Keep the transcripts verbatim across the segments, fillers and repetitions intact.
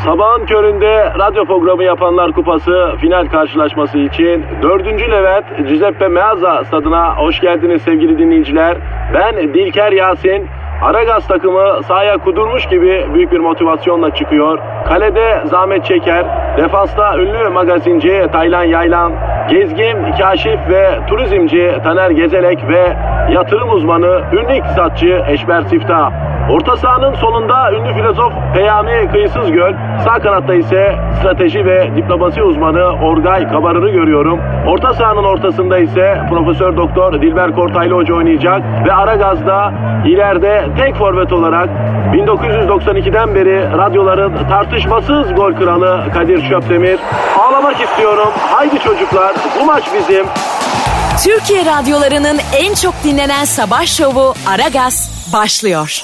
Sabahın köründe radyo programı yapanlar kupası final karşılaşması için dördüncü Levent Giuseppe Meazza stadına hoş geldiniz sevgili dinleyiciler. Ben Dilker Yasin. Aragaz takımı sahaya kudurmuş gibi büyük bir motivasyonla çıkıyor. Kalede Zahmet Çeker, defansta ünlü magazinci Taylan Yaylan, gezgin, kaşif ve turizmci Taner Gezelek ve yatırım uzmanı, ünlü iktisatçı Eşber Siftah. Orta sahanın solunda ünlü filozof Peyami Kıyısızgöl, sağ kanatta ise strateji ve diplomasi uzmanı Orgay Kabarır'ı görüyorum. Orta sahanın ortasında ise Profesör Doktor Dilber Kortaylı Hoca oynayacak ve Aragaz'da ileride tek forvet olarak bin dokuz yüz doksan ikiden beri radyoların tartışmasız gol kralı Kadir Şöpdemir. Ağlamak istiyorum. Haydi çocuklar, bu maç bizim. Türkiye radyolarının en çok dinlenen sabah şovu Aragaz başlıyor.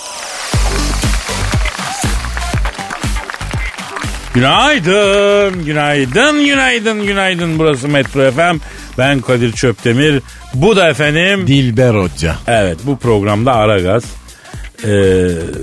Günaydın, günaydın, günaydın, günaydın. Burası Metro F M. Ben Kadir Çöpdemir. Bu da efendim... Dilber Hoca. Evet, bu programda Aragaz. Ee,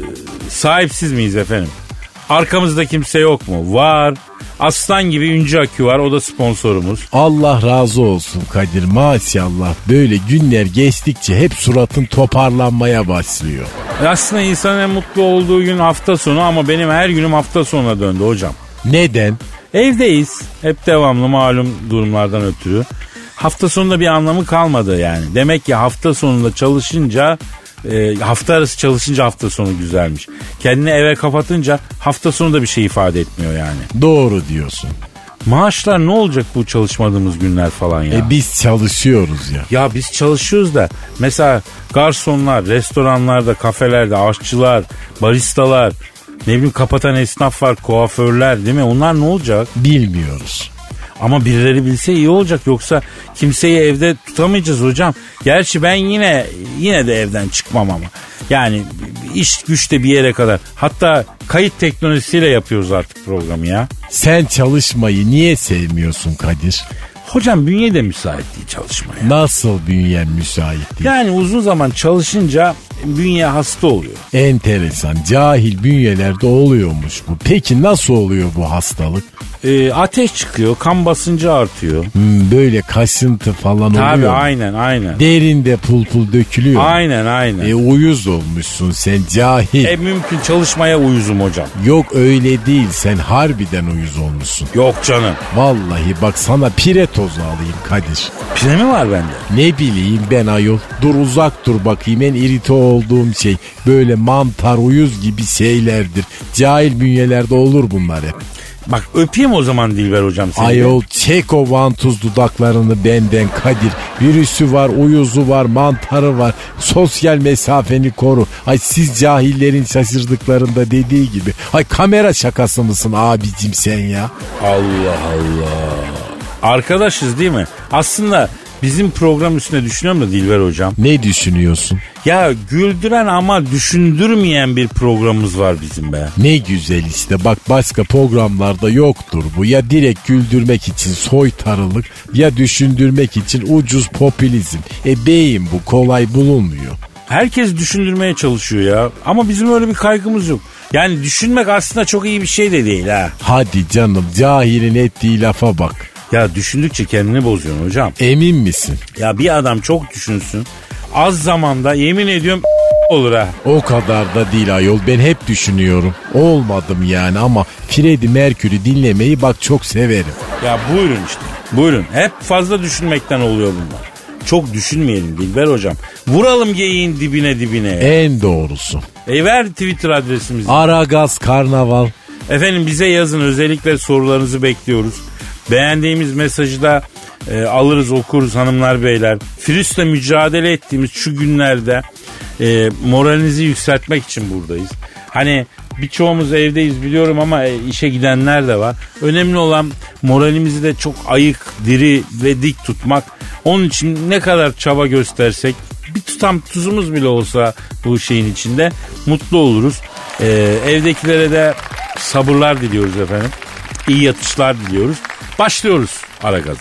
sahipsiz miyiz efendim? Arkamızda kimse yok mu? Var. Aslan gibi Üncü Akü var, o da sponsorumuz. Allah razı olsun Kadir, maşallah. Böyle günler geçtikçe hep suratın toparlanmaya başlıyor. Aslında insanın en mutlu olduğu gün hafta sonu ama benim her günüm hafta sonuna döndü hocam. Neden? Evdeyiz. Hep devamlı malum durumlardan ötürü. Hafta sonunda bir anlamı kalmadı yani. Demek ki hafta sonunda çalışınca... E, hafta arası çalışınca hafta sonu güzelmiş. Kendini eve kapatınca hafta sonu da bir şey ifade etmiyor yani. Doğru diyorsun. Maaşlar ne olacak bu çalışmadığımız günler falan ya? E biz çalışıyoruz ya. Ya biz çalışıyoruz da mesela garsonlar, restoranlarda, kafelerde, aşçılar, baristalar, ne bileyim kapatan esnaf var, kuaförler değil mi? Onlar ne olacak? Bilmiyoruz. Ama birileri bilse iyi olacak, yoksa kimseyi evde tutamayacağız hocam. Gerçi ben yine yine de evden çıkmam ama. Yani iş güçte bir yere kadar. Hatta kayıt teknolojisiyle yapıyoruz artık programı ya. Sen çalışmayı niye sevmiyorsun Kadir? Hocam bünye de müsait değil çalışmaya. Nasıl bünyen müsait değil? Yani uzun zaman çalışınca bünye hasta oluyor. Enteresan, cahil bünyelerde oluyormuş bu. Peki nasıl oluyor bu hastalık? Ee, ateş çıkıyor, kan basıncı artıyor. Hmm, böyle kaşıntı falan Tabii, oluyor. Tabii mu? aynen aynen. Derinde pul pul dökülüyor. Aynen aynen. E uyuz olmuşsun sen, cahil. E mümkün, çalışmaya uyuzum hocam. Yok öyle değil, sen harbiden uyuz olmuşsun. Yok canım. Vallahi bak sana pire tozu alayım Kadir. Pire mi var bende? Ne bileyim ben ayol. Dur uzak dur bakayım, en irite olduğum şey böyle mantar, uyuz gibi şeylerdir. Cahil bünyelerde olur bunlar hep. Bak öpeyim o zaman Dilber hocam seni. Ayol çek o vantuz dudaklarını benden Kadir. Virüsü var, uyuzu var, mantarı var. Sosyal mesafeni koru. Ay siz cahillerin şaşırdıklarında dediği gibi. Ay kamera şakası mısın abicim sen ya? Allah Allah. Arkadaşız değil mi? Aslında bizim program üstüne düşünüyorum da Dilber hocam. Ne düşünüyorsun? Ya güldüren ama düşündürmeyen bir programımız var bizim be. Ne güzel işte, bak başka programlarda yoktur bu. Ya direkt güldürmek için soytarılık, ya düşündürmek için ucuz popülizm. E beyim bu kolay bulunmuyor. Herkes düşündürmeye çalışıyor ya. Ama bizim öyle bir kaygımız yok. Yani düşünmek aslında çok iyi bir şey de değil ha. Hadi canım, cahilin ettiği lafa bak. Ya düşündükçe kendini bozuyorsun hocam. Emin misin? Ya bir adam çok düşünsün, az zamanda yemin ediyorum olur ha. O kadar da değil ayol, ben hep düşünüyorum. Olmadım yani ama Freddie Mercury dinlemeyi bak çok severim. Ya buyurun işte, buyurun. Hep fazla düşünmekten oluyor bunlar. Çok düşünmeyelim Dilber hocam. Vuralım geyiğin dibine dibine. En doğrusu. E ver Twitter adresimizi. Aragaz Karnaval. Efendim bize yazın, özellikle sorularınızı bekliyoruz. Beğendiğimiz mesajı da e, alırız, okuruz hanımlar beyler. Virüsle mücadele ettiğimiz şu günlerde e, moralinizi yükseltmek için buradayız. Hani birçoğumuz evdeyiz biliyorum ama e, işe gidenler de var. Önemli olan moralimizi de çok ayık, diri ve dik tutmak. Onun için ne kadar çaba göstersek, bir tutam tuzumuz bile olsa bu şeyin içinde mutlu oluruz. E, evdekilere de sabırlar diliyoruz efendim. İyi yatışlar diliyoruz. Başlıyoruz Aragaz'a.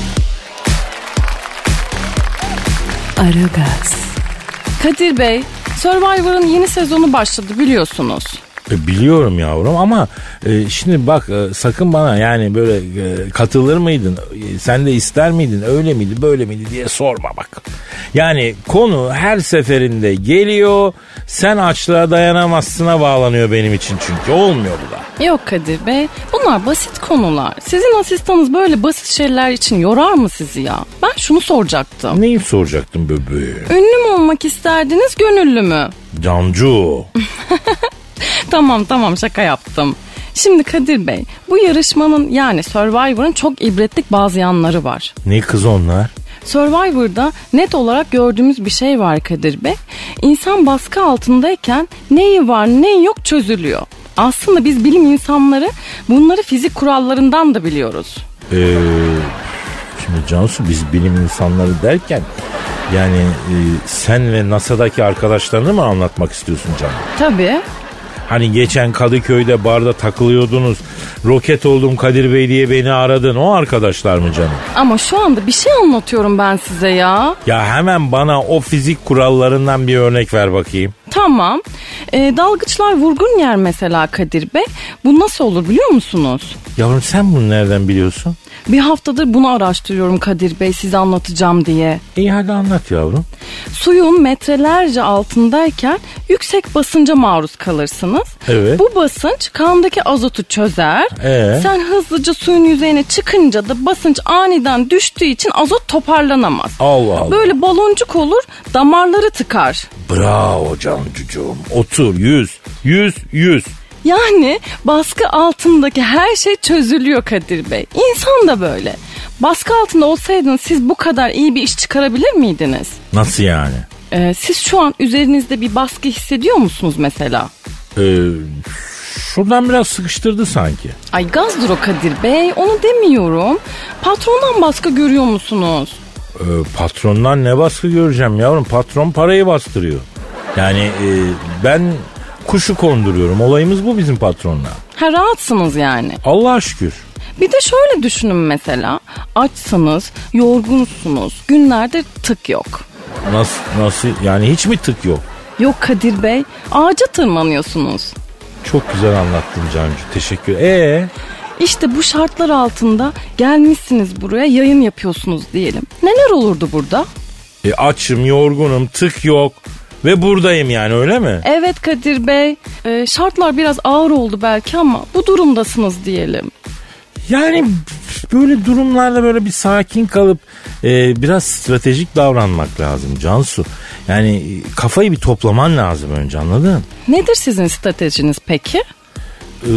Aragaz. Kadir Bey, Survivor'ın yeni sezonu başladı biliyorsunuz. E, biliyorum yavrum ama e, şimdi bak e, sakın bana yani böyle e, katılır mıydın, e, sen de ister miydin, öyle miydi böyle miydi diye sorma bak. Yani konu her seferinde geliyor, sen açlığa dayanamazsına bağlanıyor benim için, çünkü olmuyor bu da. Yok Kadir Bey, bunlar basit konular. Sizin asistanınız böyle basit şeyler için yorar mı sizi ya? Ben şunu soracaktım. Neyi soracaktım bebeğim? Ünlü mü olmak isterdiniz, gönüllü mü? Cancu. Tamam tamam, şaka yaptım. Şimdi Kadir Bey, bu yarışmanın yani Survivor'ın çok ibretlik bazı yanları var. Ne kız onlar? Survivor'da net olarak gördüğümüz bir şey var Kadir Bey. İnsan baskı altındayken neyi var neyi yok çözülüyor. Aslında biz bilim insanları bunları fizik kurallarından da biliyoruz. Ee, şimdi Cansu, biz bilim insanları derken yani e, sen ve NASA'daki arkadaşlarını mı anlatmak istiyorsun canım? Tabii. Hani geçen Kadıköy'de barda takılıyordunuz, roket oldum Kadir Bey diye beni aradın, o arkadaşlar mı canım? Ama şu anda bir şey anlatıyorum ben size ya. Ya hemen bana o fizik kurallarından bir örnek ver bakayım. Tamam. Ee, dalgıçlar vurgun yer mesela Kadir Bey. Bu nasıl olur biliyor musunuz? Yavrum sen bunu nereden biliyorsun? Bir haftadır bunu araştırıyorum Kadir Bey, size anlatacağım diye. İyi hadi anlat yavrum. Suyun metrelerce altındayken yüksek basınca maruz kalırsınız. Evet. Bu basınç kandaki azotu çözer. Ee? Sen hızlıca suyun yüzeyine çıkınca da basınç aniden düştüğü için azot toparlanamaz. Allah Allah. Böyle baloncuk olur, damarları tıkar. Bravo Cancucuğum. Otur, yüz, yüz, yüz. Yani baskı altındaki her şey çözülüyor Kadir Bey. İnsan da böyle. Baskı altında olsaydınız siz bu kadar iyi bir iş çıkarabilir miydiniz? Nasıl yani? Ee, siz şu an üzerinizde bir baskı hissediyor musunuz mesela? Ee, şuradan biraz sıkıştırdı sanki. Ay gazdır o Kadir Bey, onu demiyorum. Patrondan baskı görüyor musunuz? Ee, patrondan ne baskı göreceğim yavrum? Patron parayı bastırıyor. Yani e, ben kuşu konduruyorum. Olayımız bu bizim patronla. Ha, rahatsınız yani. Allah'a şükür. Bir de şöyle düşünün mesela. Açsınız, yorgunsunuz, günlerdir tık yok. Nasıl, nasıl yani, hiç mi tık yok? Yok Kadir Bey, ağaca tırmanıyorsunuz. Çok güzel anlattın Cancu, teşekkür. Ee? İşte bu şartlar altında gelmişsiniz buraya, yayın yapıyorsunuz diyelim. Neler olurdu burada? E, açım, yorgunum, tık yok ve buradayım yani, öyle mi? Evet Kadir Bey, e, şartlar biraz ağır oldu belki ama bu durumdasınız diyelim. Yani böyle durumlarda böyle bir sakin kalıp e, biraz stratejik davranmak lazım Cansu. Yani e, kafayı bir toplaman lazım önce, anladın? Nedir sizin stratejiniz peki? Ee,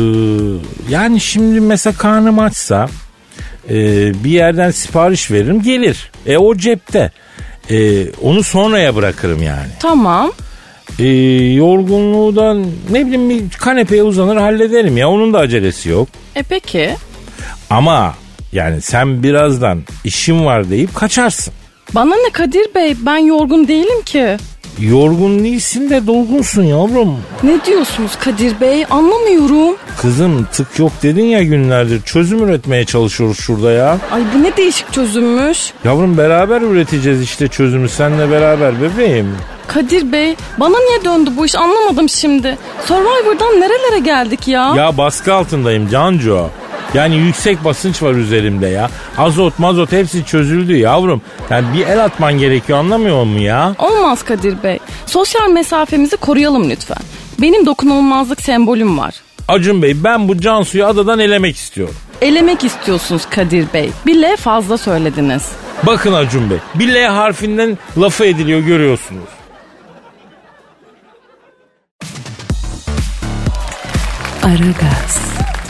yani şimdi mesela karnım açsa e, bir yerden sipariş veririm, gelir. E o cepte. E, onu sonraya bırakırım yani. Tamam. E, yorgunluğundan ne bileyim bir kanepeye uzanır hallederim ya, onun da acelesi yok. E peki? Ama yani sen birazdan işim var deyip kaçarsın. Bana ne Kadir Bey, ben yorgun değilim ki. Yorgun değilsin de dolgunsun yavrum. Ne diyorsunuz Kadir Bey, anlamıyorum. Kızım tık yok dedin ya günlerdir, çözüm üretmeye çalışıyoruz şurada ya. Ay bu ne değişik çözümmüş. Yavrum beraber üreteceğiz işte çözümü, seninle beraber bebeğim. Kadir Bey, bana niye döndü bu iş, anlamadım şimdi. Survivor'dan nerelere geldik ya? Ya baskı altındayım Cancu. Yani yüksek basınç var üzerimde ya. Azot mazot hepsi çözüldü yavrum. Yani bir el atman gerekiyor, anlamıyor musun ya? Olmaz Kadir Bey. Sosyal mesafemizi koruyalım lütfen. Benim dokunulmazlık sembolüm var. Acun Bey, ben bu Cansu'yu adadan elemek istiyorum. Elemek istiyorsunuz Kadir Bey. Bir L fazla söylediniz. Bakın Acun Bey, bir L harfinden lafı ediliyor, görüyorsunuz. Aragaz.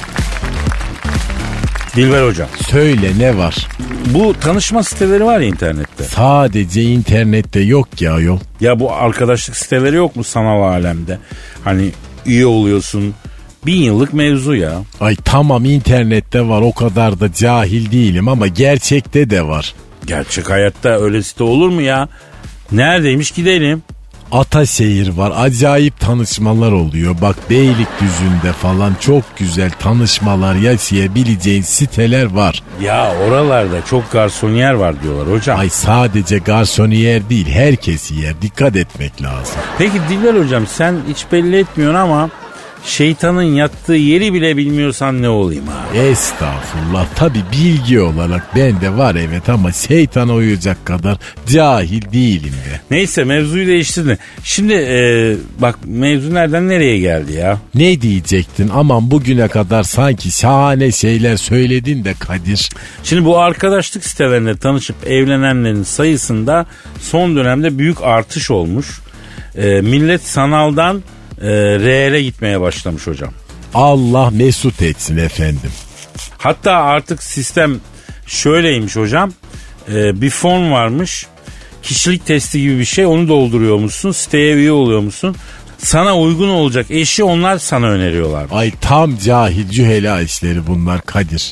Dilber hocam, Söyle, ne var? bu tanışma siteleri var ya internette. Sadece internette yok ya yol. Ya bu arkadaşlık siteleri yok mu sanal alemde? Hani üye oluyorsun. Bin yıllık mevzu ya. Ay tamam, internette var, o kadar da cahil değilim ama gerçekte de var. Gerçek hayatta öyle site olur mu ya? Neredeymiş, gidelim. Ataşehir var. Acayip tanışmalar oluyor. Bak Beylikdüzü'nde falan çok güzel tanışmalar yaşayabileceğin siteler var. Ya oralarda çok garsoniyer var diyorlar hocam. Ay sadece garsoniyer değil, herkes yer. Dikkat etmek lazım. Peki Dilber hocam, sen hiç belli etmiyorsun ama şeytanın yattığı yeri bile bilmiyorsan ne olayım abi? Estağfurullah. Tabi bilgi olarak bende var evet, ama şeytana uyacak kadar cahil değilim de. Neyse, mevzuyu değiştirdin. Şimdi e, bak mevzu nereden nereye geldi ya? Ne diyecektin? Aman bugüne kadar sanki şahane şeyler söyledin de Kadir. Şimdi bu arkadaşlık sitelerinde tanışıp evlenenlerin sayısında son dönemde büyük artış olmuş. E, millet sanaldan e, reale gitmeye başlamış hocam. Allah mesut etsin efendim. Hatta artık sistem şöyleymiş hocam. E, bir form varmış. Kişilik testi gibi bir şey, onu dolduruyormuşsun. Siteye üye oluyormuşsun. Sana uygun olacak eşi onlar sana öneriyorlar. Ay tam cahil cühela işleri bunlar Kadir.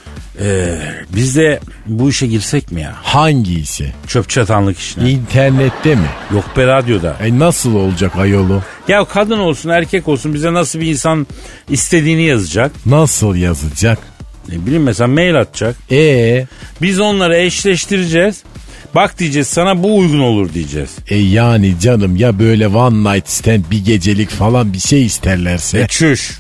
Ee, biz de bu işe girsek mi ya? Hangi işe? Çöp çatanlık işine. İnternette mi? Yok be, radyoda. E nasıl olacak ayolu? Ya kadın olsun erkek olsun bize nasıl bir insan istediğini yazacak. Nasıl yazacak? Ne bileyim, mesela mail atacak. Ee? Biz onları eşleştireceğiz. Bak diyeceğiz, sana bu uygun olur diyeceğiz. E yani canım, ya böyle one night stand, bir gecelik falan bir şey isterlerse? E çüş.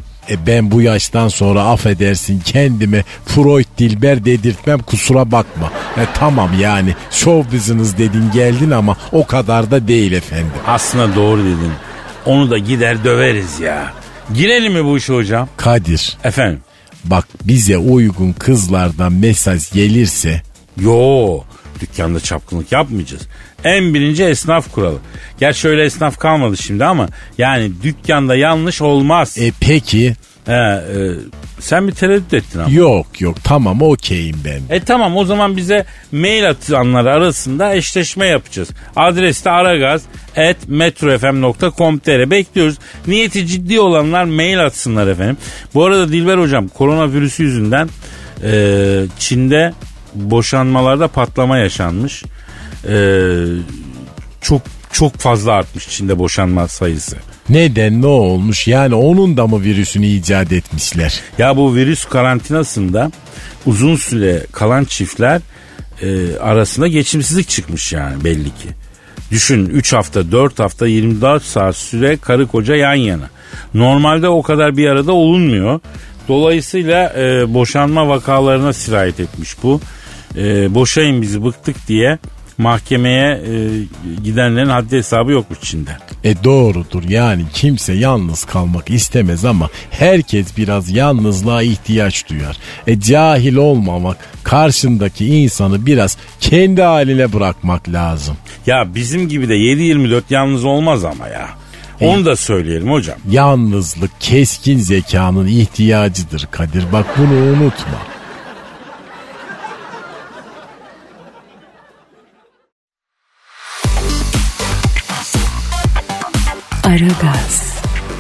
E ben bu yaştan sonra affedersin kendime Freud Dilber dedirtmem, kusura bakma. E tamam yani show business dedin geldin ama o kadar da değil efendim. Aslında doğru dedin. Onu da gider döveriz ya. Girelim mi bu işe hocam? Kadir. Efendim? Bak bize uygun kızlardan mesaj gelirse... Yo, dükkanda çapkınlık yapmayacağız. En birinci esnaf kuralı. Gerçi öyle esnaf kalmadı şimdi ama yani dükkanda yanlış olmaz. E peki? He, e, sen bir tereddüt ettin ama. Yok yok tamam okeyim ben. E tamam, o zaman bize mail atanlar arasında eşleşme yapacağız. Adresi de aragaz at metrofm nokta com nokta tr bekliyoruz. Niyeti ciddi olanlar mail atsınlar efendim. Bu arada Dilber hocam, koronavirüsü yüzünden e, Çin'de boşanmalarda patlama yaşanmış. Ee, çok çok fazla artmış Çin'de boşanma sayısı. Neden, ne olmuş yani, onun da mı virüsünü icat etmişler? Ya bu virüs karantinasında uzun süre kalan çiftler e, arasında geçimsizlik çıkmış yani belli ki. Düşün, üç hafta dört hafta yirmi dört saat süre karı koca yan yana. Normalde o kadar bir arada olunmuyor. Dolayısıyla e, boşanma vakalarına sirayet etmiş bu. E, boşayın bizi bıktık diye mahkemeye e, gidenlerin haddi hesabı yokmuş Çin'de. E doğrudur yani, kimse yalnız kalmak istemez ama herkes biraz yalnızlığa ihtiyaç duyar. E cahil olmamak, karşındaki insanı biraz kendi haline bırakmak lazım. Ya bizim gibi de yedi yirmi dört yalnız olmaz ama ya. Onu da söyleyelim hocam. Yalnızlık keskin zekanın ihtiyacıdır Kadir, bak bunu unutma. Aragaz.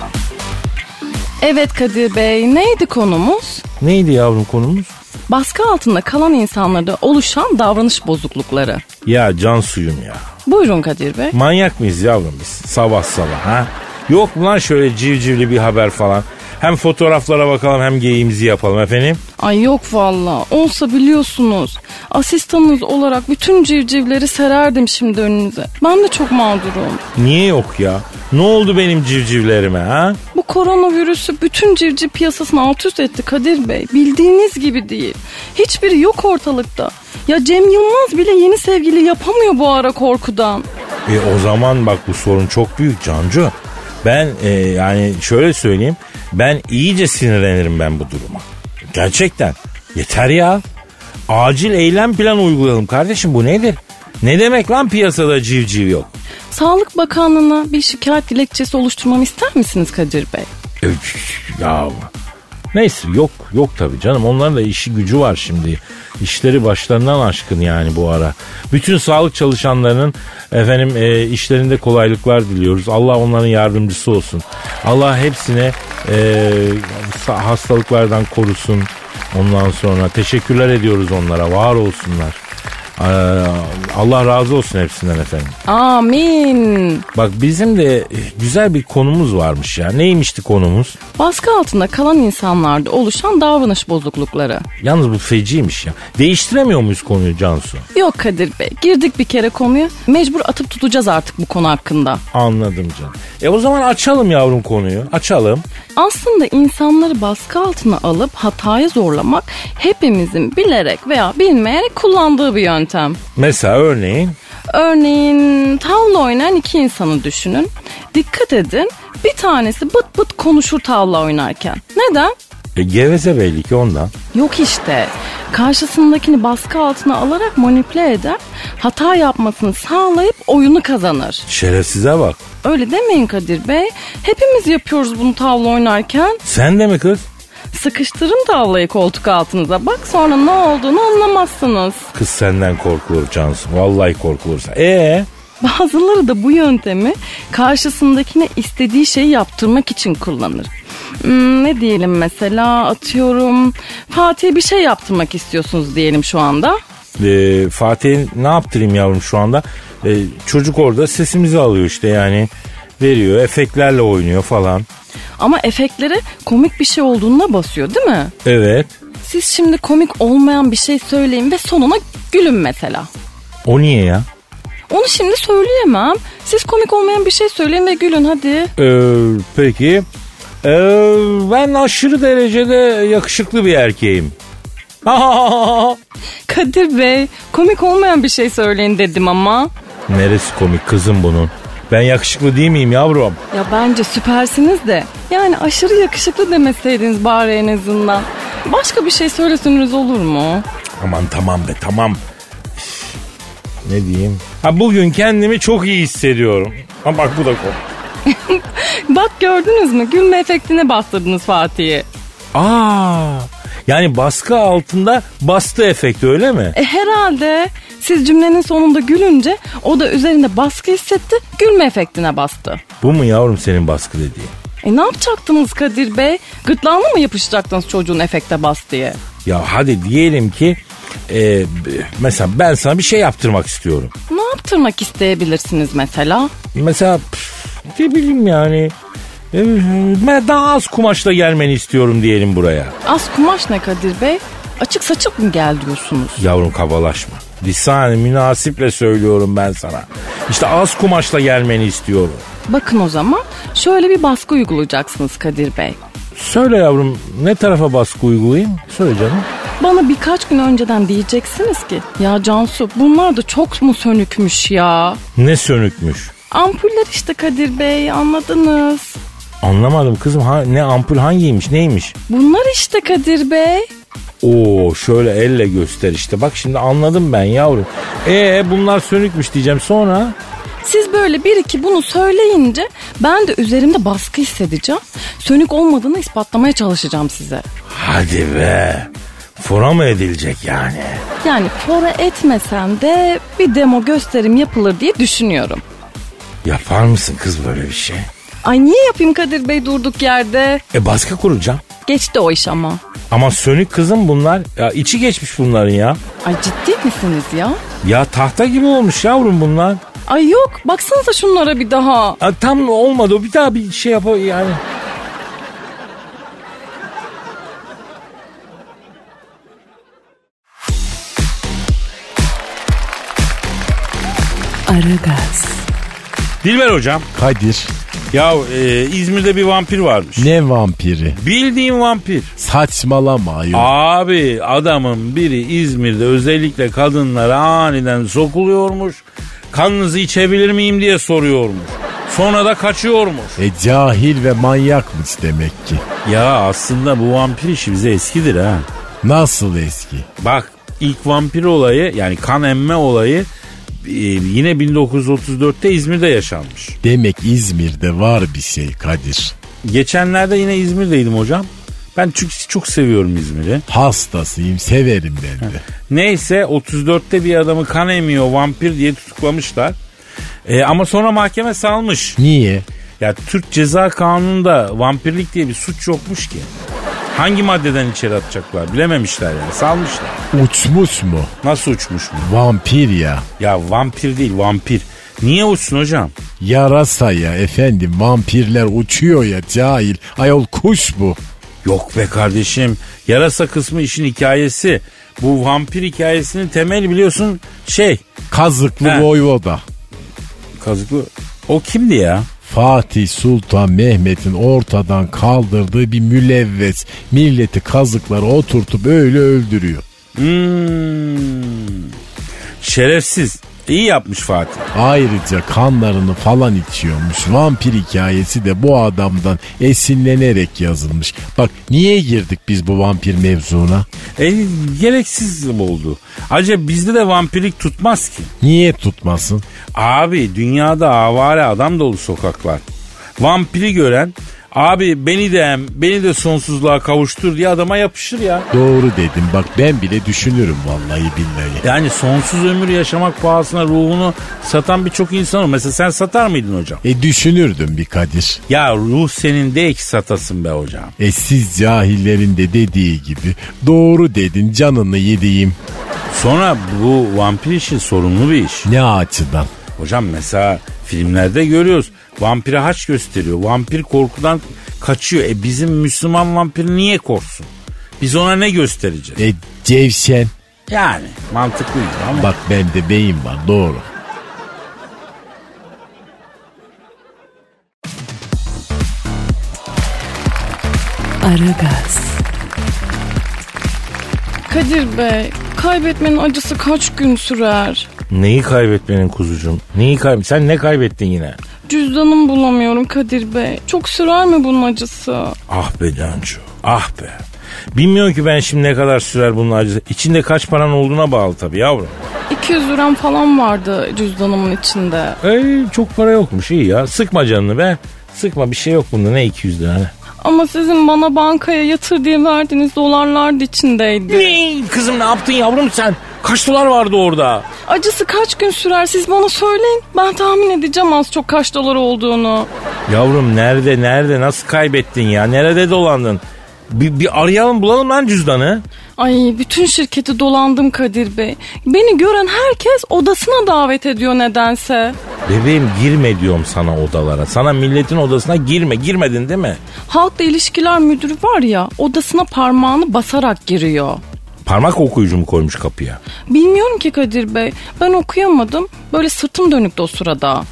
Evet Kadir Bey, neydi konumuz? Neydi yavrum konumuz? Baskı altında kalan insanlarda oluşan davranış bozuklukları. Ya can suyum ya. Buyurun Kadir Bey. Manyak mıyız yavrum biz sabah sabah ha? Yok mu lan şöyle civcivli bir haber falan? Hem fotoğraflara bakalım hem geyiğimizi yapalım efendim. Ay yok valla, olsa biliyorsunuz asistanınız olarak bütün civcivleri sererdim şimdi önünüze. Ben de çok mağdurum. Niye yok ya? Ne oldu benim civcivlerime ha? Bu koronavirüsü bütün civciv piyasasını alt üst etti Kadir Bey. Bildiğiniz gibi değil. Hiçbiri yok ortalıkta. Ya Cem Yılmaz bile yeni sevgili yapamıyor bu ara korkudan. E o zaman bak bu sorun çok büyük Cancu. Ben e, yani şöyle söyleyeyim. Ben iyice sinirlenirim ben bu duruma. Gerçekten. Yeter ya. Acil eylem planı uygulayalım kardeşim, bu nedir? Ne demek lan piyasada civciv yok? Sağlık Bakanlığı'na bir şikayet dilekçesi oluşturmamı ister misiniz Kadir Bey? Ya neyse, yok yok tabii canım, onların da işi gücü var şimdi. İşleri başlarından aşkın yani bu ara. Bütün sağlık çalışanlarının efendim e, işlerinde kolaylıklar diliyoruz. Allah onların yardımcısı olsun. Allah hepsine e, hastalıklardan korusun. Ondan sonra teşekkürler ediyoruz onlara. Var olsunlar. Ee, Allah razı olsun hepsinden efendim. Amin. Bak bizim de güzel bir konumuz varmış ya. Neymişti konumuz? Baskı altında kalan insanlarda oluşan davranış bozuklukları. Yalnız bu feciymiş ya. Değiştiremiyor muyuz konuyu Cansu? Yok Kadir Bey, girdik bir kere konuya, mecbur atıp tutacağız artık bu konu hakkında. Anladım canım. E o zaman açalım yavrum konuyu. Açalım. Aslında insanları baskı altına alıp hataya zorlamak hepimizin bilerek veya bilmeyerek kullandığı bir yöntem. Mesela örneğin? Örneğin tavla oynayan iki insanı düşünün. Dikkat edin, bir tanesi bıt bıt konuşur tavla oynarken. Neden? E geveze belli ki ondan. Yok işte. Karşısındakini baskı altına alarak manipüle eder, hata yapmasını sağlayıp oyunu kazanır. Şerefsize bak. Öyle demeyin Kadir Bey. Hepimiz yapıyoruz bunu tavla oynarken. Sen de mi kız? Sıkıştırın tavlayı koltuk altınıza. Bak sonra ne olduğunu anlamazsınız. Kız senden korkulur Cansu. Vallahi korkulursa. Ee? Bazıları da bu yöntemi karşısındakine istediği şeyi yaptırmak için kullanır. Hmm, ne diyelim mesela, atıyorum Fatih'e bir şey yaptırmak istiyorsunuz diyelim şu anda. Ee, Fatih'e ne yaptırayım yavrum şu anda? Ee, çocuk orada sesimizi alıyor işte yani. Veriyor, efektlerle oynuyor falan. Ama efektleri komik bir şey olduğuna basıyor değil mi? Evet. Siz şimdi komik olmayan bir şey söyleyin ve sonuna gülün mesela. O niye ya? Onu şimdi söyleyemem. Siz komik olmayan bir şey söyleyin ve gülün hadi. Ee, peki. Ee, ben aşırı derecede yakışıklı bir erkeğim. Kadir Bey, komik olmayan bir şey söyleyin dedim ama. Neresi komik kızım bunun? Ben yakışıklı değil miyim yavrum? Ya bence süpersiniz de. Yani aşırı yakışıklı demeseydiniz bari en azından. Başka bir şey söyleseniz olur mu? Aman tamam be tamam. Ne diyeyim? Ha bugün kendimi çok iyi hissediyorum. Ha bak bu da komik. Bak gördünüz mü? Gülme efektine bastırdınız Fatih'i. Aa, yani baskı altında bastı efekti öyle mi? E herhalde. Siz cümlenin sonunda gülünce o da üzerinde baskı hissetti, gülme efektine bastı. Bu mu yavrum senin baskı dediğin? E ne yapacaktınız Kadir Bey? Gırtlağına mı yapışacaktınız çocuğun efekte bas diye? Ya hadi diyelim ki e, mesela ben sana bir şey yaptırmak istiyorum. Ne yaptırmak isteyebilirsiniz mesela? Mesela püf, ne bileyim yani e, ben daha az kumaşla gelmeni istiyorum diyelim buraya. Az kumaş ne Kadir Bey? Açık saçık mı gel diyorsunuz? Yavrum kabalaşma. Lisan-ı münasiple söylüyorum ben sana. İşte az kumaşla gelmeni istiyorum. Bakın o zaman şöyle bir baskı uygulayacaksınız Kadir Bey. Söyle yavrum, ne tarafa baskı uygulayayım? Söyle canım. Bana birkaç gün önceden diyeceksiniz ki ya Cansu bunlar da çok mu sönükmüş ya? Ne sönükmüş? Ampuller işte Kadir Bey, anladınız. Anlamadım kızım, ha, ne ampul hangiymiş neymiş? Bunlar işte Kadir Bey. Oo şöyle elle göster işte, bak şimdi anladım ben yavrum. Ee bunlar sönükmüş diyeceğim, sonra? Siz böyle bir iki bunu söyleyince ben de üzerimde baskı hissedeceğim. Sönük olmadığını ispatlamaya çalışacağım size. Hadi be, fora mı edilecek yani? Yani fora etmesen de bir demo gösterim yapılır diye düşünüyorum. Yapar mısın kız böyle bir şey? Ay niye yapayım Kadir Bey durduk yerde? E baskı kuracağım. Geçti o iş ama. Ama sönük kızım bunlar. Ya içi geçmiş bunların ya. Ay ciddi misiniz ya? Ya tahta gibi olmuş yavrum bunlar. Ay yok, baksanıza şunlara bir daha. Ya tam olmadı o, bir daha bir şey yap yani. Aragaz. Dilber hocam. Kadir. Ya e, İzmir'de bir vampir varmış. Ne vampiri? Bildiğin vampir. Saçmalama ayol. Abi adamın biri İzmir'de özellikle kadınlara aniden sokuluyormuş. Kanınızı içebilir miyim diye soruyormuş. Sonra da kaçıyormuş. E cahil ve manyakmış demek ki. Ya aslında bu vampir işi bize eskidir ha. Nasıl eski? Bak ilk vampir olayı, yani kan emme olayı e, yine bin dokuz yüz otuz dörtte İzmir'de yaşanmış. Demek İzmir'de var bir şey Kadir. Geçenlerde yine İzmir'deydim hocam. Ben çünkü çok seviyorum İzmir'i. Hastasıyım, severim ben de. Neyse otuz dörtte bir adamı kan emiyor vampir diye tutuklamışlar. E, ama sonra mahkeme salmış. Niye? Ya Türk Ceza Kanunu'nda vampirlik diye bir suç yokmuş ki. Hangi maddeden içeri atacaklar bilememişler yani, salmışlar. Uçmuş mu? Nasıl uçmuş mu? Vampir ya. Ya vampir değil, vampir. Niye uçsun hocam? Yarasa ya efendim, vampirler uçuyor ya cahil. Ayol kuş bu. Yok be kardeşim, yarasa kısmı işin hikayesi. Bu vampir hikayesinin temeli biliyorsun şey. Kazıklı He. Voyvoda. Kazıklı. O kimdi ya? Fatih Sultan Mehmet'in ortadan kaldırdığı bir mülevves. Milleti kazıklara oturtup öyle öldürüyor. Hmm. Şerefsiz. İyi yapmış Fatih. Ayrıca kanlarını falan içiyormuş. Vampir hikayesi de bu adamdan esinlenerek yazılmış. Bak niye girdik biz bu vampir mevzuna? E, gereksiz oldu. Acaba bizde de vampirlik tutmaz ki. Niye tutmasın? Abi dünyada avare adam dolu sokaklar. Vampiri gören abi beni de em, beni de sonsuzluğa kavuştur diye adama yapışır ya. Doğru dedim, bak ben bile düşünürüm vallahi billahi. Yani sonsuz ömür yaşamak pahasına ruhunu satan birçok insan var. Mesela sen satar mıydın hocam? E düşünürdüm bir Kadir. Ya ruh senin de ki satasın be hocam. E siz cahillerin de dediği gibi doğru dedin, canını yediğim. Sonra bu vampir işi sorunlu bir iş. Ne açıdan? Hocam mesela filmlerde görüyoruz. Vampire haç gösteriyor. Vampir korkudan kaçıyor. E bizim Müslüman vampir niye korksun? Biz ona ne göstereceğiz? E cevşen. Yani mantıklıydı ama. Bak bende beyin var, doğru. Aragaz. Kadir Bey, kaybetmenin acısı kaç gün sürer? Neyi kaybetmenin kuzucuğum? Neyi kaybet? Sen ne kaybettin yine? Cüzdanımı bulamıyorum Kadir Bey. Çok sürer mi bunun acısı? Ah be Cancu, ah be. Bilmiyorum ki ben şimdi ne kadar sürer bunun acısı. İçinde kaç paran olduğuna bağlı tabii yavrum. iki yüz liram falan vardı cüzdanımın içinde. Ey çok para yokmuş, iyi ya. Sıkma canını be. Sıkma, bir şey yok bunda, ne iki yüz lira. Ama sizin bana bankaya yatır diye verdiğiniz dolarlar da içindeydi. Ne? Kızım ne yaptın yavrum sen? Kaç dolar vardı orada? Acısı kaç gün sürer siz bana söyleyin. Ben tahmin edeceğim az çok kaç dolar olduğunu. Yavrum nerede nerede nasıl kaybettin ya? Nerede dolandın? Bir, bir arayalım bulalım lan cüzdanı. Ay bütün şirketi dolandım Kadir Bey. Beni gören herkes odasına davet ediyor nedense. Bebeğim girme diyorum sana odalara. Sana milletin odasına girme. Girmedin değil mi? Halkla ilişkiler müdürü var ya, odasına parmağını basarak giriyor. Parmak okuyucu mu koymuş kapıya? Bilmiyorum ki Kadir Bey. Ben okuyamadım. Böyle sırtım dönüktü o sırada.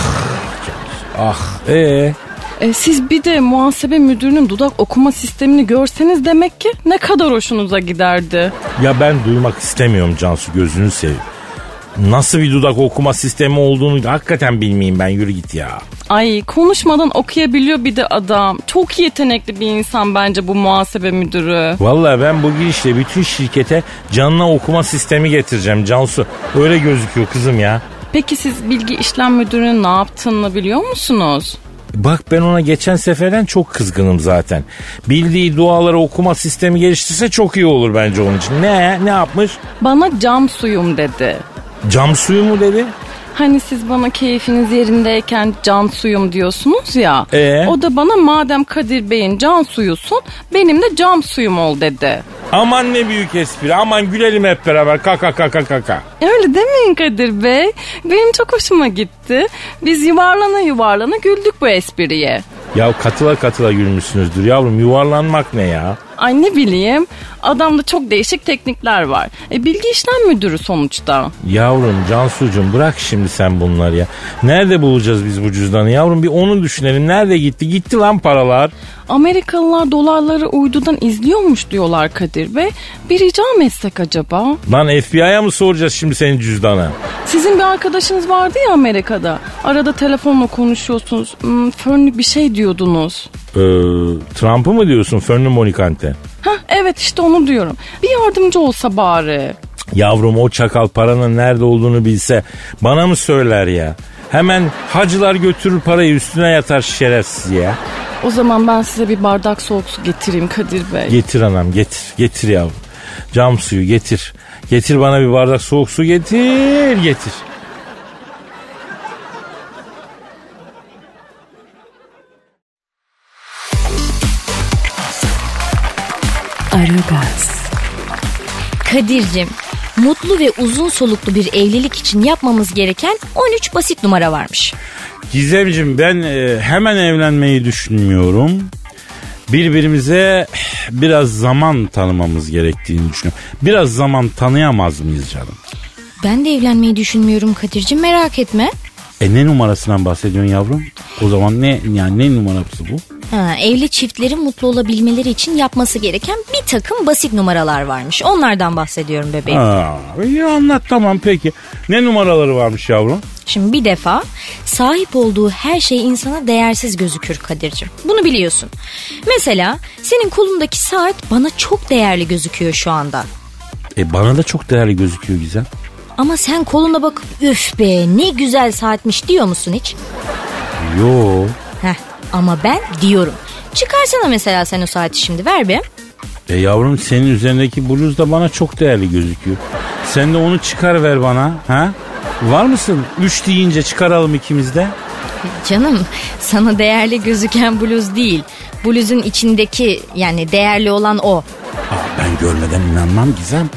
Ah ee? E, siz bir de muhasebe müdürünün dudak okuma sistemini görseniz demek ki ne kadar hoşunuza giderdi. Ya ben duymak istemiyorum Cansu, gözünü seveyim. Nasıl bir dudak okuma sistemi olduğunu hakikaten bilmeyeyim ben, yürü git ya. Ay konuşmadan okuyabiliyor bir de adam. Çok yetenekli bir insan bence bu muhasebe müdürü. Vallahi ben bu girişle bütün şirkete canına okuma sistemi getireceğim Cansu. Öyle gözüküyor kızım ya. Peki siz bilgi işlem müdürünün ne yaptığını biliyor musunuz? Bak ben ona geçen seferden çok kızgınım zaten. Bildiği duaları okuma sistemi geliştirse çok iyi olur bence onun için. Ne? Ne yapmış? Bana cam suyum dedi. Cam suyu mu dedi? Hani siz bana keyfiniz yerindeyken can suyum diyorsunuz ya. Ee? O da bana madem Kadir Bey'in can suyusun benim de cam suyum ol dedi. Aman ne büyük espri. Aman gülelim hep beraber. Kaka kaka kaka. Öyle demeyin Kadir Bey. Benim çok hoşuma gitti. Biz yuvarlana yuvarlana güldük bu espriye. Ya katıla katıla gülmüşsünüzdür yavrum. Yuvarlanmak ne ya? Ay ne bileyim. Adamda çok değişik teknikler var. E, bilgi işlem müdürü sonuçta. Yavrum Cansucuğum bırak şimdi sen bunları ya. Nerede bulacağız biz bu cüzdanı yavrum? Bir onu düşünelim. Nerede gitti? Gitti lan paralar. Amerikalılar dolarları uydudan izliyormuş diyorlar Kadir Bey. Bir rica mı etsek acaba? Lan F B I'ya mı soracağız şimdi senin cüzdanı? Sizin bir arkadaşınız vardı ya Amerika'da. Arada telefonla konuşuyorsunuz. Hmm, fönlük bir şey diyordunuz. Ee, Trump'ı mı diyorsun? Fönlü Monikante. Hah evet işte onu diyorum. Bir yardımcı olsa bari. Yavrum o çakal paranın nerede olduğunu bilse bana mı söyler ya? Hemen hacılar götürür parayı, üstüne yatar şerefsiz ya. O zaman ben size bir bardak soğuk su getireyim Kadir Bey. Getir anam getir. Getir yavrum. Cam suyu getir. Getir bana bir bardak soğuk su getir. Getir. Aragaz. Kadir'cim, mutlu ve uzun soluklu bir evlilik için yapmamız gereken on üç basit numara varmış. Gizemciğim, ben e, hemen evlenmeyi düşünmüyorum. Birbirimize biraz zaman tanımamız gerektiğini düşünüyorum. Biraz zaman tanıyamaz mıyız canım? Ben de evlenmeyi düşünmüyorum Kadir'cim, merak etme. E ne numarasından bahsediyorsun yavrum? O zaman ne yani ne numarası bu? Ha, evli çiftlerin mutlu olabilmeleri için yapması gereken bir takım basit numaralar varmış. Onlardan bahsediyorum bebeğim. Ha, iyi anlat, tamam peki. Ne numaraları varmış yavrum? Şimdi bir defa sahip olduğu her şey insana değersiz gözükür Kadir'cim. Bunu biliyorsun. Mesela senin kolundaki saat bana çok değerli gözüküyor şu anda. E bana da çok değerli gözüküyor Gizem. Ama sen koluna bakıp üf be ne güzel saatmiş diyor musun hiç? Yo. Heh, ama ben diyorum. Çıkarsana mesela sen o saati şimdi, ver be. E yavrum, senin üzerindeki bluz da bana çok değerli gözüküyor. Sen de onu çıkar ver bana. Ha? Var mısın? Üç deyince çıkaralım ikimiz de. Canım, sana değerli gözüken bluz değil. Bluzun içindeki, yani değerli olan o. Aa, ben görmeden inanmam Gizem.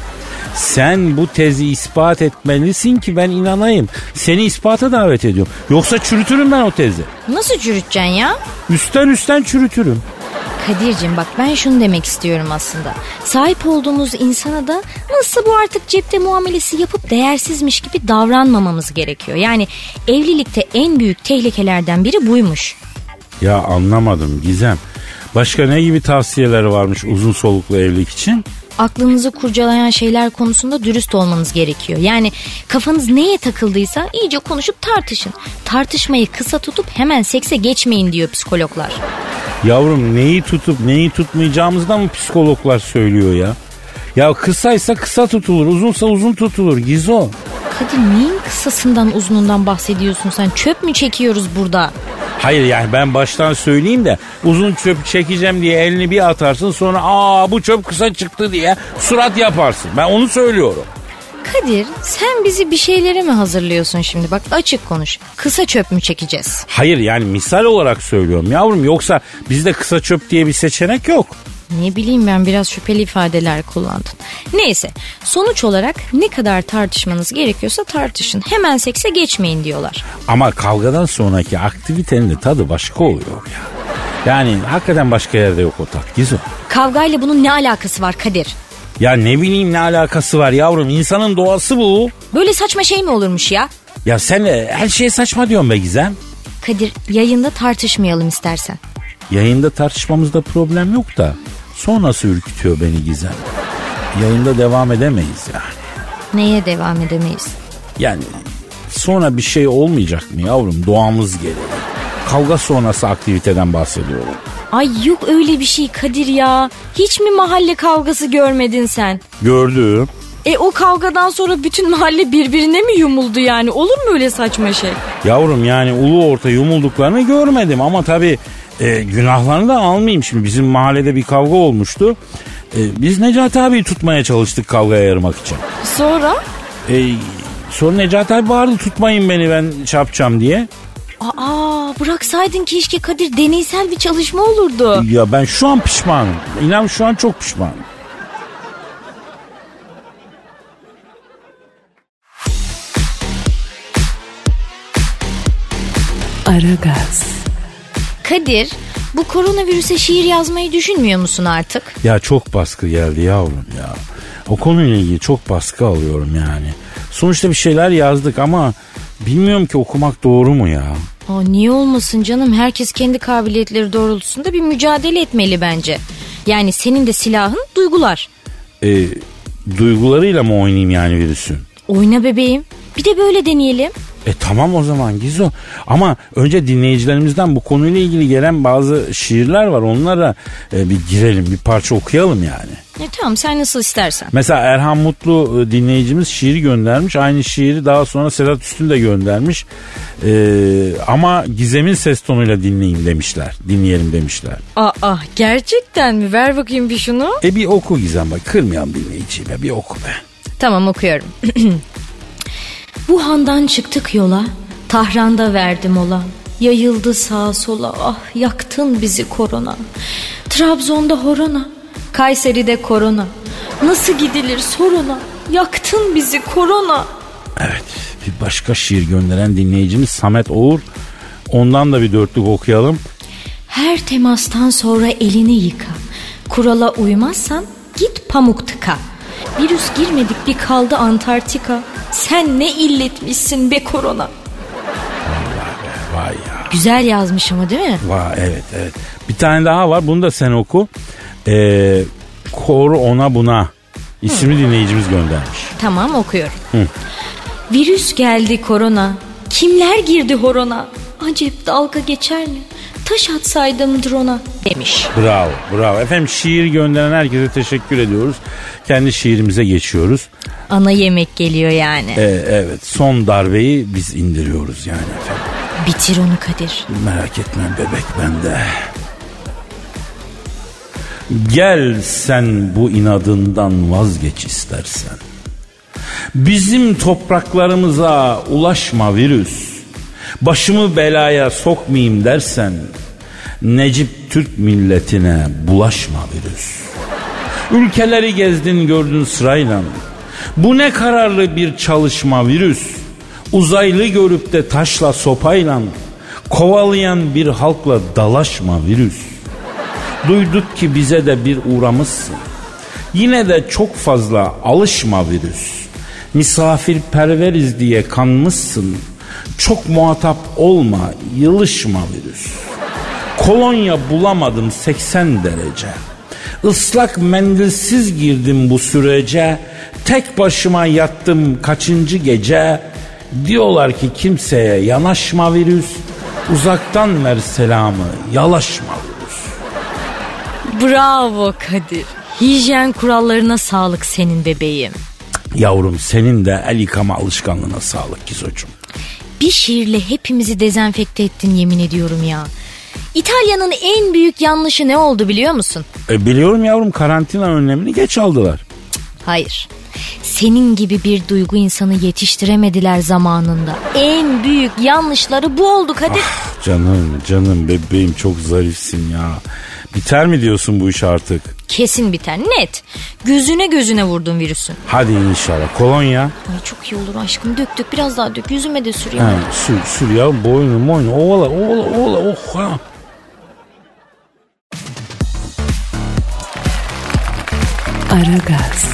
Sen bu tezi ispat etmelisin ki ben inanayım. Seni ispata davet ediyorum. Yoksa çürütürüm ben o tezi. Nasıl çürüteceksin ya? Üstten üstten çürütürüm. Kadir'cim bak, ben şunu demek istiyorum aslında. Sahip olduğumuz insana da nasıl bu artık cepte muamelesi yapıp değersizmiş gibi davranmamamız gerekiyor. Yani evlilikte en büyük tehlikelerden biri buymuş. Ya anlamadım Gizem. Başka ne gibi tavsiyeler varmış uzun soluklu evlilik için? Aklınızı kurcalayan şeyler konusunda dürüst olmanız gerekiyor. Yani kafanız neye takıldıysa iyice konuşup tartışın. Tartışmayı kısa tutup hemen sekse geçmeyin diyor psikologlar. Yavrum, neyi tutup neyi tutmayacağımızda mı psikologlar söylüyor ya? Ya kısaysa kısa tutulur, uzunsa uzun tutulur Gizo. Kadir, neyin kısasından uzunundan bahsediyorsun sen? Çöp mü çekiyoruz burada? Hayır yani ben baştan söyleyeyim de uzun çöp çekeceğim diye elini bir atarsın, sonra aa bu çöp kısa çıktı diye surat yaparsın. Ben onu söylüyorum. Kadir, sen bizi bir şeylere mi hazırlıyorsun şimdi? Bak açık konuş. Kısa çöp mü çekeceğiz? Hayır yani misal olarak söylüyorum yavrum, yoksa bizde kısa çöp diye bir seçenek yok. Ne bileyim ben, biraz şüpheli ifadeler kullandın. Neyse, sonuç olarak ne kadar tartışmanız gerekiyorsa tartışın. Hemen sekse geçmeyin diyorlar. Ama kavgadan sonraki aktivitenin de tadı başka oluyor ya. Yani hakikaten başka yerde yok o tat Gizo. Kavgayla bunun ne alakası var Kadir? Ya ne bileyim ne alakası var yavrum, insanın doğası bu. Böyle saçma şey mi olurmuş ya? Ya sen her şeye saçma diyorsun be Gizem. Kadir, yayında tartışmayalım istersen. Yayında tartışmamızda problem yok da sonrası ürkütüyor beni Gizem. Yayında devam edemeyiz yani. Neye devam edemeyiz? Yani sonra bir şey olmayacak mı yavrum, doğamız gereği. Kavga sonrası aktiviteden bahsediyorum. Ay yok öyle bir şey Kadir ya. Hiç mi mahalle kavgası görmedin sen? Gördüm. E o kavgadan sonra bütün mahalle birbirine mi yumuldu yani? Olur mu öyle saçma şey? Yavrum yani ulu orta yumulduklarını görmedim ama tabii e, günahlarını da almayayım şimdi. Bizim mahallede bir kavga olmuştu. E, biz Necati abiyi tutmaya çalıştık kavgaya ayırmak için. Sonra? E, sonra Necati abi bağırdı, tutmayın beni, ben çarpacağım diye. Aa, bıraksaydın keşke Kadir, deneysel bir çalışma olurdu. Ya ben şu an pişmanım. İnan şu an çok pişmanım. Aragaz. Kadir, bu koronavirüse şiir yazmayı düşünmüyor musun artık? Ya çok baskı geldi yavrum ya. O konuyla ilgili çok baskı alıyorum yani. Sonuçta bir şeyler yazdık ama bilmiyorum ki okumak doğru mu ya? Aa, niye olmasın canım? Herkes kendi kabiliyetleri doğrultusunda bir mücadele etmeli bence. Yani senin de silahın duygular. E, duygularıyla mı oynayayım yani virüsün? Oyna bebeğim. Bir de böyle deneyelim. E tamam o zaman Gizo. Ama önce dinleyicilerimizden bu konuyla ilgili gelen bazı şiirler var. Onlara e, bir girelim, bir parça okuyalım yani. E tamam, sen nasıl istersen. Mesela Erhan Mutlu e, dinleyicimiz şiiri göndermiş. Aynı şiiri daha sonra Sedat Üstün de göndermiş. E, ama Gizem'in ses tonuyla dinleyin demişler. Dinleyelim demişler. Aa, gerçekten mi? Ver bakayım bir şunu. E bir oku Gizem bak, kırmayalım dinleyiciyi be, bir oku be. Tamam, okuyorum. Wuhan'dan çıktık yola, Tahran'da verdim ola. Yayıldı sağa sola, ah yaktın bizi korona. Trabzon'da horona, Kayseri'de korona. Nasıl gidilir soruna? Yaktın bizi korona. Evet, bir başka şiir gönderen dinleyicimiz Samet Oğur. Ondan da bir dörtlük okuyalım. Her temastan sonra elini yıka. Kurala uymazsan git pamuk tıka. Virüs girmedik bir kaldı Antarktika. Sen ne illetmişsin be korona. Vay ya. Güzel yazmış ama değil mi? Vay, evet evet. Bir tane daha var, bunu da sen oku. Ee, Koru ona buna isimli dinleyicimiz göndermiş. Tamam, okuyorum. Hı. Virüs geldi korona. Kimler girdi horona? Acep dalga geçer mi? Taş atsaydım drone'a demiş. Bravo bravo. Efendim, şiir gönderen herkese teşekkür ediyoruz. Kendi şiirimize geçiyoruz. Ana yemek geliyor yani. Ee, evet, son darbeyi biz indiriyoruz yani efendim. Bitir onu Kadir. Merak etme bebek, bende. Gel sen bu inadından vazgeç istersen. Bizim topraklarımıza ulaşma virüs. Başımı belaya sokmayayım dersen, Necip Türk milletine bulaşma virüs. Ülkeleri gezdin gördün sırayla. Bu ne kararlı bir çalışma virüs. Uzaylı görüp de taşla sopayla kovalayan bir halkla dalaşma virüs. Duyduk ki bize de bir uğramışsın. Yine de çok fazla alışma virüs. Misafirperveriz diye kanmışsın. Çok muhatap olma, yılışma virüs. Kolonya bulamadım seksen derece. Islak mendilsiz girdim bu sürece. Tek başıma yattım kaçıncı gece. Diyorlar ki kimseye yanaşma virüs. Uzaktan ver selamı, yalaşma virüs. Bravo Kadir. Hijyen kurallarına sağlık senin bebeğim. Yavrum, senin de el yıkama alışkanlığına sağlık Gizocuğum. Bir şiirle hepimizi dezenfekte ettin yemin ediyorum ya. İtalya'nın en büyük yanlışı ne oldu biliyor musun? E, biliyorum yavrum, karantina önlemini geç aldılar. Hayır. Senin gibi bir duygu insanı yetiştiremediler zamanında. En büyük yanlışları bu oldu Kadir. Ah, canım canım bebeğim, çok zarifsin ya. Biter mi diyorsun bu iş artık? Kesin biter, net. Gözüne gözüne vurdun virüsün. Hadi inşallah. Kolonya? Ay çok iyi olur aşkım, dök dök biraz daha dök, yüzüme de süreyim. He, sür sür ya, boynu boynu ovala ovala ovala oh ha. Aragaz.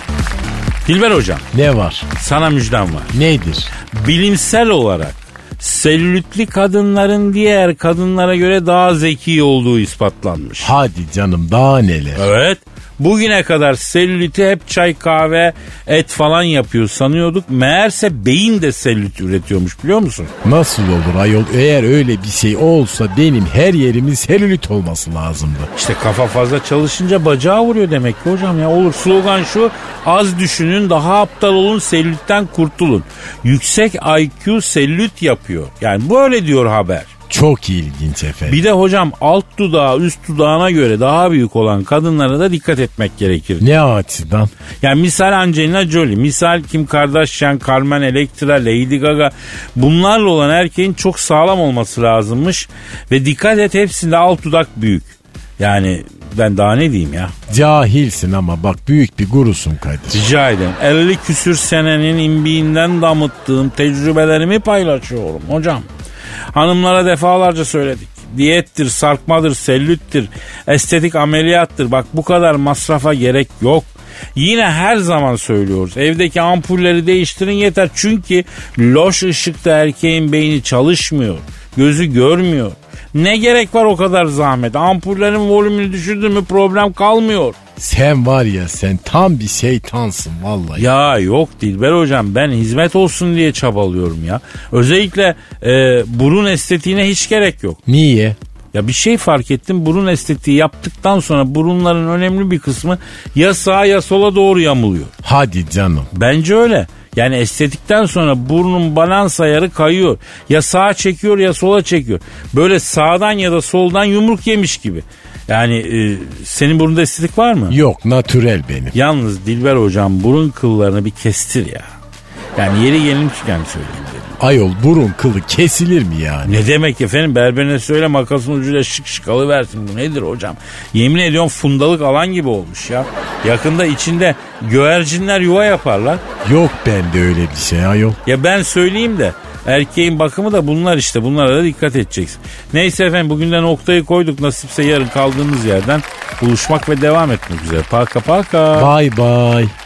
Dilber hocam, Ne var? sana müjdem var. Nedir? Bilimsel olarak selülitli kadınların diğer kadınlara göre daha zeki olduğu ispatlanmış. Hadi canım, daha neler? Evet. Bugüne kadar selüliti hep çay, kahve, et falan yapıyor sanıyorduk. Meğerse beyin de selülit üretiyormuş, biliyor musun? Nasıl olur ayol? Eğer öyle bir şey olsa benim her yerimin selülit olması lazımdı. İşte kafa fazla çalışınca bacağı vuruyor demek ki hocam ya. Olur, slogan şu: az düşünün, daha aptal olun, selülitten kurtulun. Yüksek I Q selülit yapıyor. Yani böyle diyor haber. Çok ilginç efendim. Bir de hocam alt dudağı üst dudağına göre daha büyük olan kadınlara da dikkat etmek gerekir. Ne açıdan? Yani misal Angelina Jolie, misal Kim Kardashian, Carmen Electra, Lady Gaga, bunlarla olan erkeğin çok sağlam olması lazımmış. Ve dikkat et, hepsinde alt dudak büyük. Yani ben daha ne diyeyim ya? Cahilsin ama bak, büyük bir gurusun Kadir. Rica ederim. elli küsür senenin imbiğinden damıttığım tecrübelerimi paylaşıyorum hocam. Hanımlara defalarca söyledik. Diyettir, sarkmadır, sellüttir, estetik ameliyattır. Bak, bu kadar masrafa gerek yok. Yine her zaman söylüyoruz. Evdeki ampulleri değiştirin yeter. Çünkü loş ışıkta erkeğin beyni çalışmıyor. Gözü görmüyor. Ne gerek var o kadar zahmet? Ampullerin volümünü düşürdün mü problem kalmıyor. Sen var ya, sen tam bir şeytansın vallahi. Ya yok Dilber hocam, ben hizmet olsun diye çabalıyorum ya. Özellikle e, burun estetiğine hiç gerek yok. Niye? Ya bir şey fark ettim, burun estetiği yaptıktan sonra burunların önemli bir kısmı ya sağa ya sola doğru yamuluyor. Hadi canım. Bence öyle. Yani estetikten sonra burnun balans ayarı kayıyor. Ya sağa çekiyor ya sola çekiyor. Böyle sağdan ya da soldan yumruk yemiş gibi. Yani e, senin burnunda estetik var mı? Yok, natürel benim. Yalnız Dilber hocam, burun kıllarını bir kestir ya. Yani yeri gelinmişken söyleyeyim dedim. Ayol burun kılı kesilir mi yani? Ne demek efendim, berberine söyle makasın ucuyla şık şık alıversin. Bu nedir hocam? Yemin ediyorum fundalık alan gibi olmuş ya. Yakında içinde güvercinler yuva yaparlar. Yok bende öyle bir şey ayol. Ya ben söyleyeyim de erkeğin bakımı da bunlar işte, bunlara da dikkat edeceksin. Neyse efendim, bugün de noktayı koyduk, nasipse yarın kaldığımız yerden buluşmak ve devam etmek üzere. Paka paka. Bye bye.